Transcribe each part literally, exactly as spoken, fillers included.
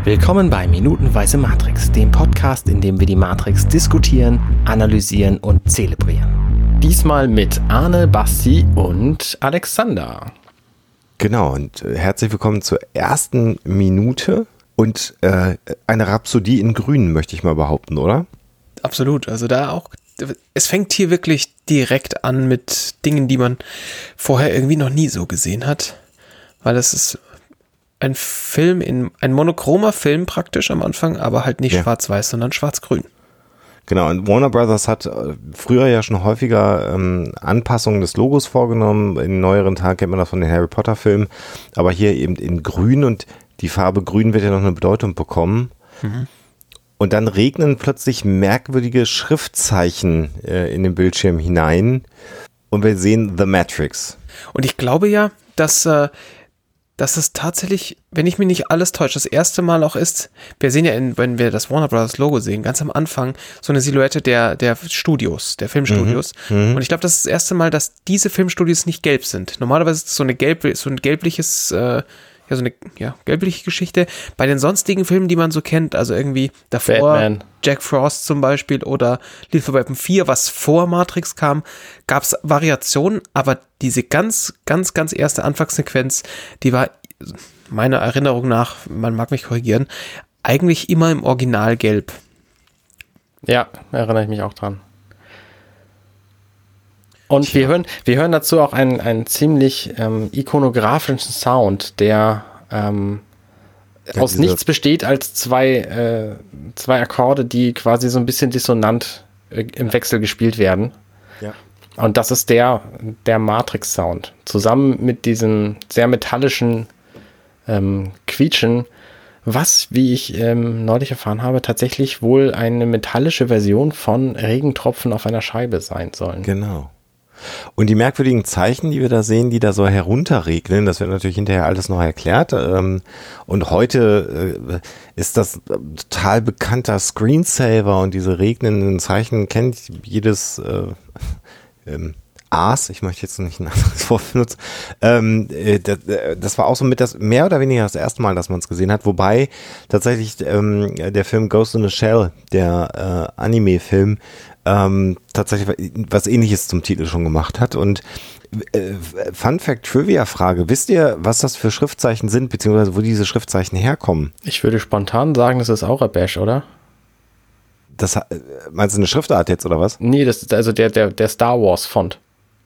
Willkommen bei Minutenweise Matrix, dem Podcast, in dem wir die Matrix diskutieren, analysieren und zelebrieren. Diesmal mit Arne, Basti und Alexander. Genau, und äh, herzlich willkommen zur ersten Minute und äh, eine Rhapsodie in Grün, möchte ich mal behaupten, oder? Absolut, also da auch, es fängt hier wirklich direkt an mit Dingen, die man vorher irgendwie noch nie so gesehen hat, weil es ist ein Film, in ein monochromer Film praktisch am Anfang, aber halt nicht Ja. schwarz-weiß, sondern schwarz-grün. Genau, und Warner Brothers hat äh, früher ja schon häufiger ähm, Anpassungen des Logos vorgenommen. In neueren Tagen kennt man das von den Harry Potter Filmen, aber hier eben in Grün, und die Farbe Grün wird ja noch eine Bedeutung bekommen. Mhm. Und dann regnen plötzlich merkwürdige Schriftzeichen äh, in den Bildschirm hinein und wir sehen The Matrix. Und ich glaube ja, dass, äh, dass es tatsächlich, wenn ich mich nicht alles täusche, das erste Mal auch ist, wir sehen ja, in, wenn wir das Warner Brothers Logo sehen, ganz am Anfang so eine Silhouette der, der Studios, der Filmstudios. Mhm. Und ich glaube, das ist das erste Mal, dass diese Filmstudios nicht gelb sind. Normalerweise ist es so eine gelb, so ein gelbliches, äh, ja, so eine ja, gelbliche Geschichte. Bei den sonstigen Filmen, die man so kennt, also irgendwie davor Batman. Jack Frost zum Beispiel oder Lethal Weapon vier, was vor Matrix kam, gab es Variationen, aber diese ganz, ganz, ganz erste Anfangssequenz, die war meiner Erinnerung nach, man mag mich korrigieren, eigentlich immer im Original gelb. Ja, erinnere ich mich auch dran. Und wir hören, wir hören dazu auch einen, einen ziemlich ähm, ikonografischen Sound, der ähm, Ja, aus diese- nichts besteht als zwei, äh, zwei Akkorde, die quasi so ein bisschen dissonant äh, im Wechsel gespielt werden. Ja. Und das ist der, der Matrix-Sound. Zusammen mit diesem sehr metallischen ähm, Quietschen, was, wie ich ähm, neulich erfahren habe, tatsächlich wohl eine metallische Version von Regentropfen auf einer Scheibe sein sollen. Genau. Und die merkwürdigen Zeichen, die wir da sehen, die da so herunterregnen, das wird natürlich hinterher alles noch erklärt. Ähm, und heute äh, ist das äh, total bekannter Screensaver, und diese regnenden Zeichen kennt jedes äh, ähm, Aas, ich möchte jetzt nicht ein anderes Wort benutzen. Ähm, äh, das, äh, das war auch so mit das mehr oder weniger das erste Mal, dass man es gesehen hat, wobei tatsächlich ähm, der Film Ghost in a Shell, der äh, Anime-Film, ähm, tatsächlich was Ähnliches zum Titel schon gemacht hat. Und äh, Fun Fact Trivia Frage, wisst ihr, was das für Schriftzeichen sind, beziehungsweise wo diese Schriftzeichen herkommen? Ich würde spontan sagen, das ist Aurabash, oder? Das, äh, meinst du eine Schriftart jetzt, oder was? Nee, das ist also der, der, der Star Wars Font.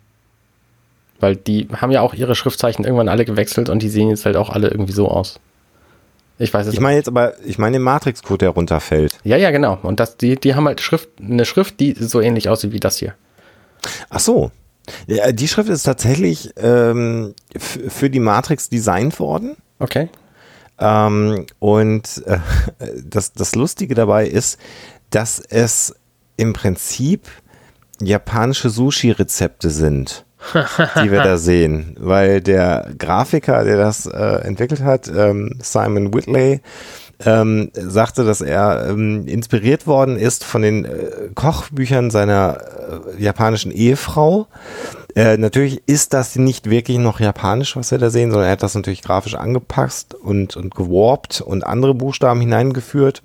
Weil die haben ja auch ihre Schriftzeichen irgendwann alle gewechselt und die sehen jetzt halt auch alle irgendwie so aus. Ich weiß es Ich meine jetzt aber, ich meine den Matrix-Code, der runterfällt. Ja, ja, genau. Und das, die, die haben halt Schrift, eine Schrift, die so ähnlich aussieht wie das hier. Ach so. Ja, die Schrift ist tatsächlich ähm, f- für die Matrix designt worden. Okay. Ähm, und äh, das, das Lustige dabei ist, dass es im Prinzip japanische Sushi-Rezepte sind, die wir da sehen. Weil der Grafiker, der das äh, entwickelt hat, ähm, Simon Whitley, ähm, sagte, dass er ähm, inspiriert worden ist von den äh, Kochbüchern seiner äh, japanischen Ehefrau. Äh, natürlich ist das nicht wirklich noch japanisch, was wir da sehen, sondern er hat das natürlich grafisch angepasst und, und gewarpt und andere Buchstaben hineingeführt.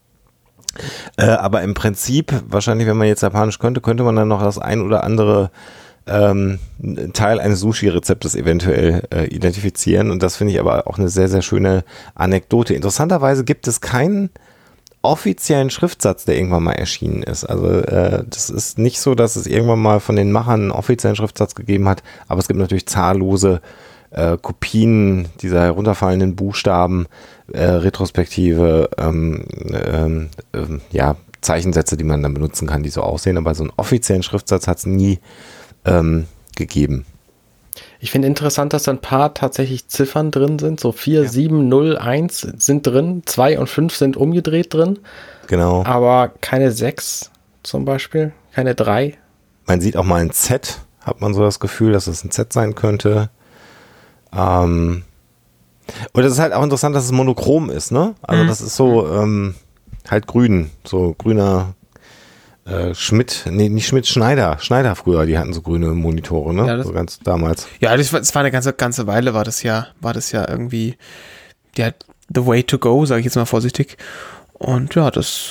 Äh, aber im Prinzip, wahrscheinlich, wenn man jetzt Japanisch könnte, könnte man dann noch das ein oder andere ähm, Teil eines Sushi-Rezeptes eventuell äh, identifizieren. Und das finde ich aber auch eine sehr, sehr schöne Anekdote. Interessanterweise gibt es keinen offiziellen Schriftsatz, der irgendwann mal erschienen ist. Also äh, das ist nicht so, dass es irgendwann mal von den Machern einen offiziellen Schriftsatz gegeben hat, aber es gibt natürlich zahllose äh, Kopien dieser herunterfallenden Buchstaben, äh, retrospektive ähm, ähm, ähm, ja, Zeichensätze, die man dann benutzen kann, die so aussehen, aber so einen offiziellen Schriftsatz hat es nie ähm, gegeben. Ich finde interessant, dass da ein paar tatsächlich Ziffern drin sind. So vier, Ja. sieben, null, eins sind drin. zwei und fünf sind umgedreht drin. Genau. Aber keine sechs zum Beispiel. Keine drei. Man sieht auch mal ein Z, hat man so das Gefühl, dass es ein Z sein könnte. Ähm, und es ist halt auch interessant, dass es monochrom ist, ne? Also das ist so ähm, halt grün, so grüner äh, Schmidt, nee, nicht Schmidt, Schneider, Schneider früher, die hatten so grüne Monitore, ne? Ja, das- so ganz damals. Ja, das war, das war eine ganze, ganze Weile, war das ja, war das ja irgendwie die halt the way to go, sage ich jetzt mal vorsichtig. Und ja, das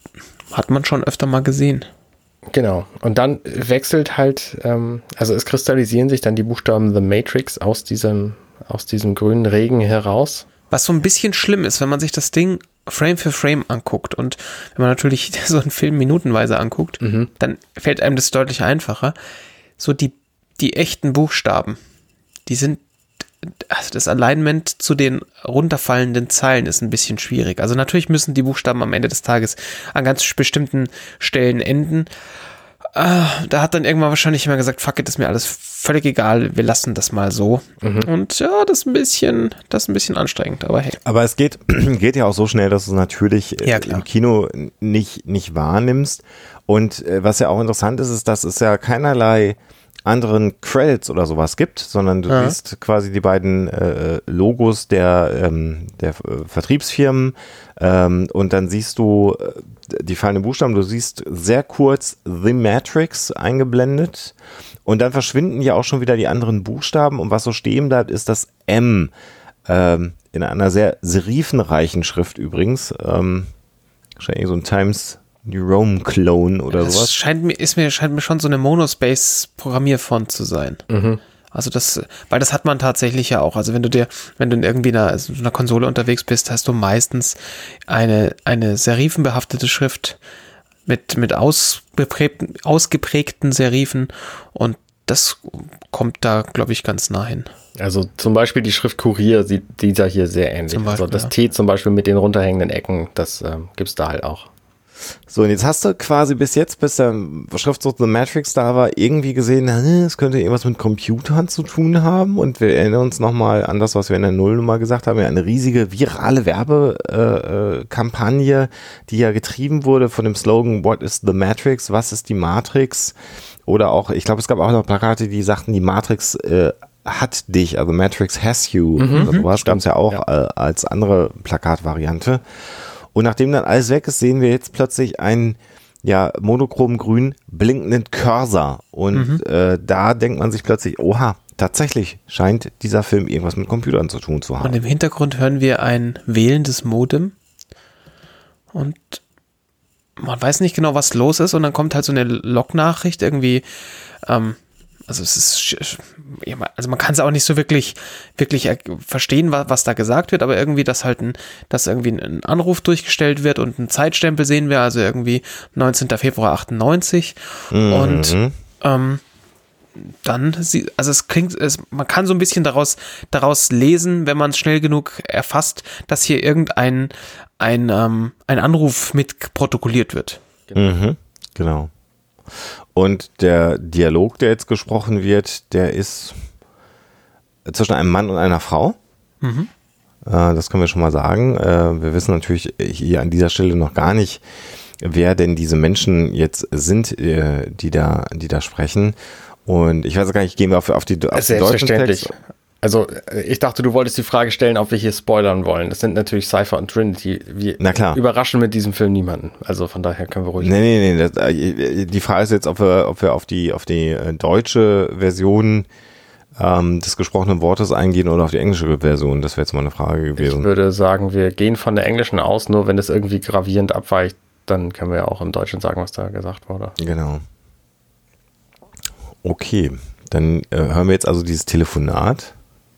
hat man schon öfter mal gesehen. Genau. Und dann wechselt halt, ähm, also es kristallisieren sich dann die Buchstaben The Matrix aus diesem, aus diesem grünen Regen heraus. Was so ein bisschen schlimm ist, wenn man sich das Ding Frame für Frame anguckt und wenn man natürlich so einen Film minutenweise anguckt, mhm. dann fällt einem das deutlich einfacher. So die, die echten Buchstaben, die sind, also das Alignment zu den runterfallenden Zeilen ist ein bisschen schwierig. Also natürlich müssen die Buchstaben am Ende des Tages an ganz bestimmten Stellen enden. Ah, da hat dann irgendwann wahrscheinlich immer gesagt, fuck it, ist mir alles völlig egal, wir lassen das mal so. Mhm. Und ja, das ist ein bisschen, das ist ein bisschen anstrengend, aber hey. Aber es geht, geht ja auch so schnell, dass du es natürlich ja, im Kino nicht, nicht wahrnimmst. Und äh, was ja auch interessant ist, ist, dass es ja keinerlei anderen Credits oder sowas gibt, sondern du ja. siehst quasi die beiden äh, Logos der, ähm, der äh, Vertriebsfirmen ähm, und dann siehst du äh, die fallenden Buchstaben, du siehst sehr kurz The Matrix eingeblendet und dann verschwinden ja auch schon wieder die anderen Buchstaben und was so stehen bleibt, ist das M ähm, in einer sehr serifenreichen Schrift übrigens, ähm, wahrscheinlich so ein Times New Roman Clone oder das sowas. Scheint mir, ist mir, scheint mir schon so eine Monospace-Programmierfont zu sein. Mhm. Also das, weil das hat man tatsächlich ja auch. Also wenn du dir, wenn du in irgendwie einer, also einer Konsole unterwegs bist, hast du meistens eine, eine serifenbehaftete Schrift mit, mit ausgeprägten, ausgeprägten Serifen und das kommt da, glaube ich, ganz nah hin. Also zum Beispiel die Schrift Kurier sieht dieser hier sehr ähnlich. Zum Beispiel, also das ja. T zum Beispiel mit den runterhängenden Ecken, das ähm, gibt es da halt auch. So, und jetzt hast du quasi bis jetzt, bis der Schriftzug The Matrix da war, irgendwie gesehen, es könnte irgendwas mit Computern zu tun haben und wir erinnern uns nochmal an das, was wir in der Nullnummer gesagt haben, ja, eine riesige virale Werbekampagne, äh, die ja getrieben wurde von dem Slogan What is the Matrix? Was ist die Matrix? Oder auch, ich glaube, es gab auch noch Plakate, die sagten, die Matrix äh, hat dich, also Matrix has you. Mhm, oder sowas gab es ja auch ja. Äh, als andere Plakatvariante. Und nachdem dann alles weg ist, sehen wir jetzt plötzlich einen ja, monochrom grün blinkenden Cursor. Und mhm. äh, da denkt man sich plötzlich, oha, tatsächlich scheint dieser Film irgendwas mit Computern zu tun zu haben. Und im Hintergrund hören wir ein wählendes Modem. Und man weiß nicht genau, was los ist. Und dann kommt halt so eine Log-Nachricht irgendwie, ähm, also es ist, also man kann es auch nicht so wirklich, wirklich verstehen, was, was da gesagt wird, aber irgendwie, dass halt ein, dass irgendwie ein Anruf durchgestellt wird und ein Zeitstempel sehen wir, also irgendwie neunzehnter Februar achtundneunzig mhm. und ähm, dann, also es klingt, es, man kann so ein bisschen daraus, daraus lesen, wenn man es schnell genug erfasst, dass hier irgendein ein, ähm, ein Anruf mit protokolliert wird. Mhm. Genau. Und der Dialog, der jetzt gesprochen wird, der ist zwischen einem Mann und einer Frau. Mhm. Äh, das können wir schon mal sagen. Äh, wir wissen natürlich hier an dieser Stelle noch gar nicht, wer denn diese Menschen jetzt sind, äh, die da, die da sprechen. Und ich weiß gar nicht, gehen wir auf, auf die, auf die deutschen Text? Also ich dachte, du wolltest die Frage stellen, ob wir hier spoilern wollen. Das sind natürlich Cypher und Trinity. Wir Na klar. überraschen mit diesem Film niemanden. Also von daher können wir ruhig... Nee, nee, nee. Das, die Frage ist jetzt, ob wir, ob wir auf die, auf die deutsche Version ähm, des gesprochenen Wortes eingehen oder auf die englische Version. Das wäre jetzt mal eine Frage gewesen. Ich würde sagen, wir gehen von der englischen aus. Nur wenn das irgendwie gravierend abweicht, dann können wir ja auch im Deutschen sagen, was da gesagt wurde. Genau. Okay, dann äh, hören wir jetzt also dieses Telefonat.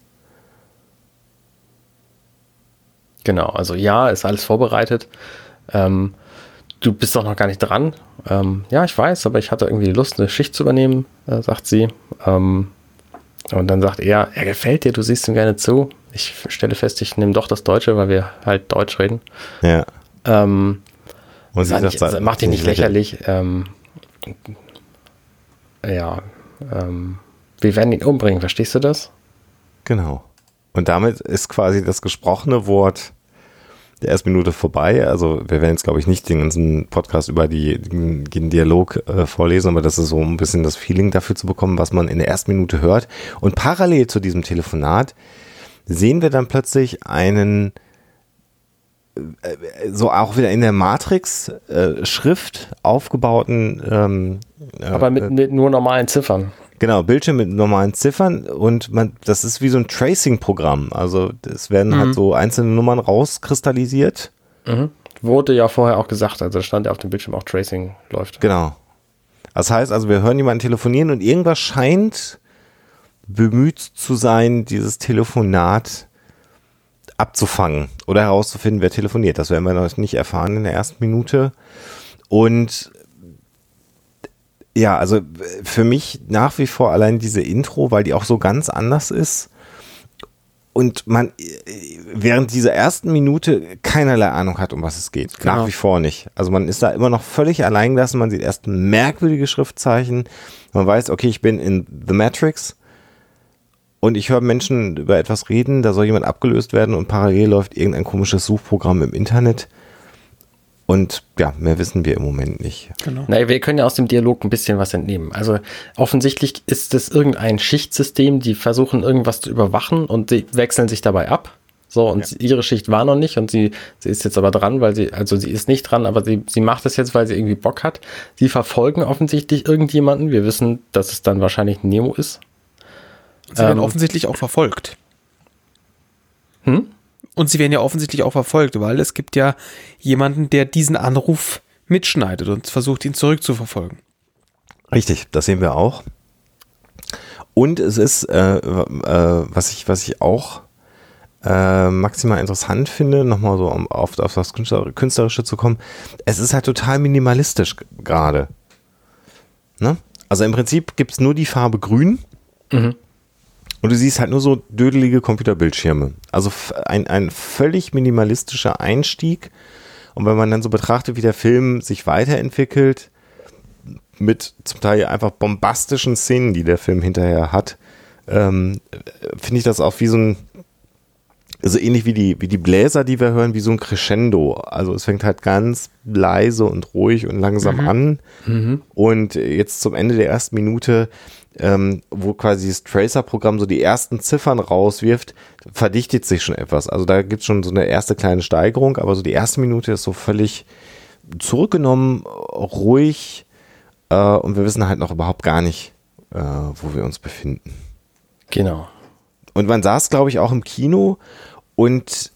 Genau, also ja, ist alles vorbereitet. Ähm, du bist doch noch gar nicht dran. Ähm, ja, ich weiß, aber ich hatte irgendwie Lust, eine Schicht zu übernehmen, äh, sagt sie. Ähm, und dann sagt er, er gefällt dir, du siehst ihm gerne zu. Ich stelle fest, ich nehme doch das Deutsche, weil wir halt Deutsch reden. Ja. Ähm, und sie sagt, nicht, mach dich nicht lächerlich. Ähm, ja, ähm, wir werden ihn umbringen, verstehst du das? Genau. Und damit ist quasi das gesprochene Wort der ersten Minute vorbei. Also wir werden jetzt, glaube ich, nicht den ganzen Podcast über die, den, den Dialog äh, vorlesen, aber das ist so ein bisschen das Feeling dafür zu bekommen, was man in der ersten Minute hört. Und parallel zu diesem Telefonat sehen wir dann plötzlich einen, äh, so auch wieder in der Matrix-Schrift äh, aufgebauten ähm, aber mit, mit nur normalen Ziffern. Genau, Bildschirm mit normalen Ziffern und man, das ist wie so ein Tracing-Programm. Also es werden mhm. halt so einzelne Nummern rauskristallisiert. Mhm. Wurde ja vorher auch gesagt, also stand ja auf dem Bildschirm auch Tracing läuft. Genau. Das heißt also, wir hören jemanden telefonieren und irgendwas scheint bemüht zu sein, dieses Telefonat abzufangen oder herauszufinden, wer telefoniert. Das werden wir noch nicht erfahren in der ersten Minute. Und ja, also für mich nach wie vor allein diese Intro, weil die auch so ganz anders ist und man während dieser ersten Minute keinerlei Ahnung hat, um was es geht. Genau. Nach wie vor nicht. Also man ist da immer noch völlig allein gelassen, man sieht erst merkwürdige Schriftzeichen, man weiß, okay, ich bin in The Matrix und ich höre Menschen über etwas reden, da soll jemand abgelöst werden und parallel läuft irgendein komisches Suchprogramm im Internet. Und ja, mehr wissen wir im Moment nicht. Genau. Naja, wir können ja aus dem Dialog ein bisschen was entnehmen. Also offensichtlich ist es irgendein Schichtsystem, die versuchen irgendwas zu überwachen und sie wechseln sich dabei ab. So, und ja. ihre Schicht war noch nicht und sie, sie ist jetzt aber dran, weil sie, also sie ist nicht dran, aber sie, sie macht es jetzt, weil sie irgendwie Bock hat. Sie verfolgen offensichtlich irgendjemanden. Wir wissen, dass es dann wahrscheinlich Nemo ist. Sie werden ähm, offensichtlich auch verfolgt. Hm? Und sie werden ja offensichtlich auch verfolgt, weil es gibt ja jemanden, der diesen Anruf mitschneidet und versucht, ihn zurückzuverfolgen. Richtig, das sehen wir auch. Und es ist, äh, äh, was ich, was ich auch äh, maximal interessant finde, nochmal so um auf, auf das Künstlerische zu kommen, es ist halt total minimalistisch gerade. Ne? Also im Prinzip gibt es nur die Farbe grün. Mhm. Und du siehst halt nur so dödelige Computerbildschirme. Also ein, ein völlig minimalistischer Einstieg. Und wenn man dann so betrachtet, wie der Film sich weiterentwickelt, mit zum Teil einfach bombastischen Szenen, die der Film hinterher hat, ähm, finde ich das auch wie so ein, so ähnlich wie die, wie die Bläser, die wir hören, wie so ein Crescendo. Also es fängt halt ganz leise und ruhig und langsam mhm. an. Mhm. Und jetzt zum Ende der ersten Minute, ähm, wo quasi das Tracer-Programm so die ersten Ziffern rauswirft, verdichtet sich schon etwas. Also da gibt es schon so eine erste kleine Steigerung, aber so die erste Minute ist so völlig zurückgenommen, ruhig äh, und wir wissen halt noch überhaupt gar nicht, äh, wo wir uns befinden. Genau. Und man saß, glaube ich, auch im Kino und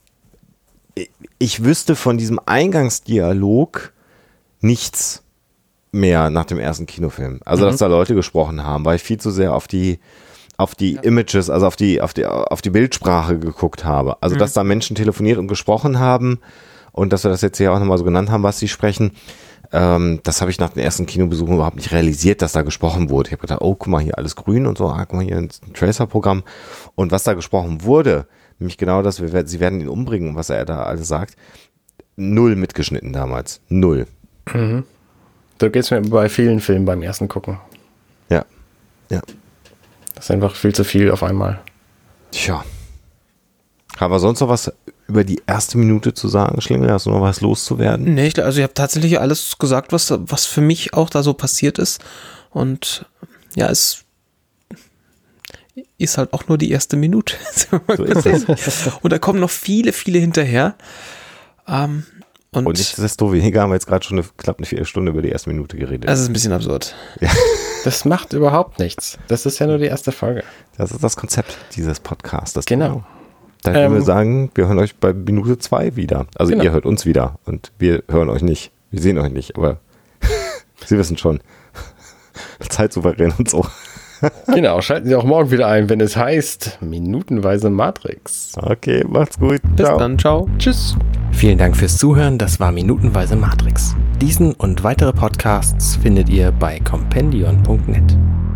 ich wüsste von diesem Eingangsdialog nichts mehr nach dem ersten Kinofilm. Also, mhm. dass da Leute gesprochen haben, weil ich viel zu sehr auf die, auf die ja. Images, also auf die, auf die, auf die Bildsprache geguckt habe. Also, mhm. dass da Menschen telefoniert und gesprochen haben und dass wir das jetzt hier auch nochmal so genannt haben, was sie sprechen, ähm, das habe ich nach den ersten Kinobesuchen überhaupt nicht realisiert, dass da gesprochen wurde. Ich habe gedacht, oh, guck mal, hier alles grün und so, ah, guck mal, hier ein Tracer-Programm. Und was da gesprochen wurde, nämlich genau das, wir, sie werden ihn umbringen, was er da alles sagt, null mitgeschnitten damals. Null. Mhm. So geht es mir bei vielen Filmen beim ersten Gucken. Ja, ja. Das ist einfach viel zu viel auf einmal. Tja. Haben wir sonst noch was über die erste Minute zu sagen, Schlingel? Hast du noch was loszuwerden? Nee, also ich habe tatsächlich alles gesagt, was, was für mich auch da so passiert ist. Und ja, es ist halt auch nur die erste Minute. So ist es. Und da kommen noch viele, viele hinterher. Ähm, Und, und nichtsdestoweniger haben wir jetzt gerade schon eine, knapp eine Viertelstunde über die erste Minute geredet. Das ist ein bisschen absurd. Ja. Das macht überhaupt nichts. Das ist ja nur die erste Folge. Das ist das Konzept dieses Podcasts. Genau. Dann können ähm, wir sagen, wir hören euch bei Minute zwei wieder. Also genau. Ihr hört uns wieder und wir hören euch nicht. Wir sehen euch nicht, aber Sie wissen schon. Zeitsouverän und so. Genau, schalten Sie auch morgen wieder ein, wenn es heißt Minutenweise Matrix. Okay, macht's gut. Bis ciao. dann, ciao. Tschüss. Vielen Dank fürs Zuhören, das war Minutenweise Matrix. Diesen und weitere Podcasts findet ihr bei compendion punkt net.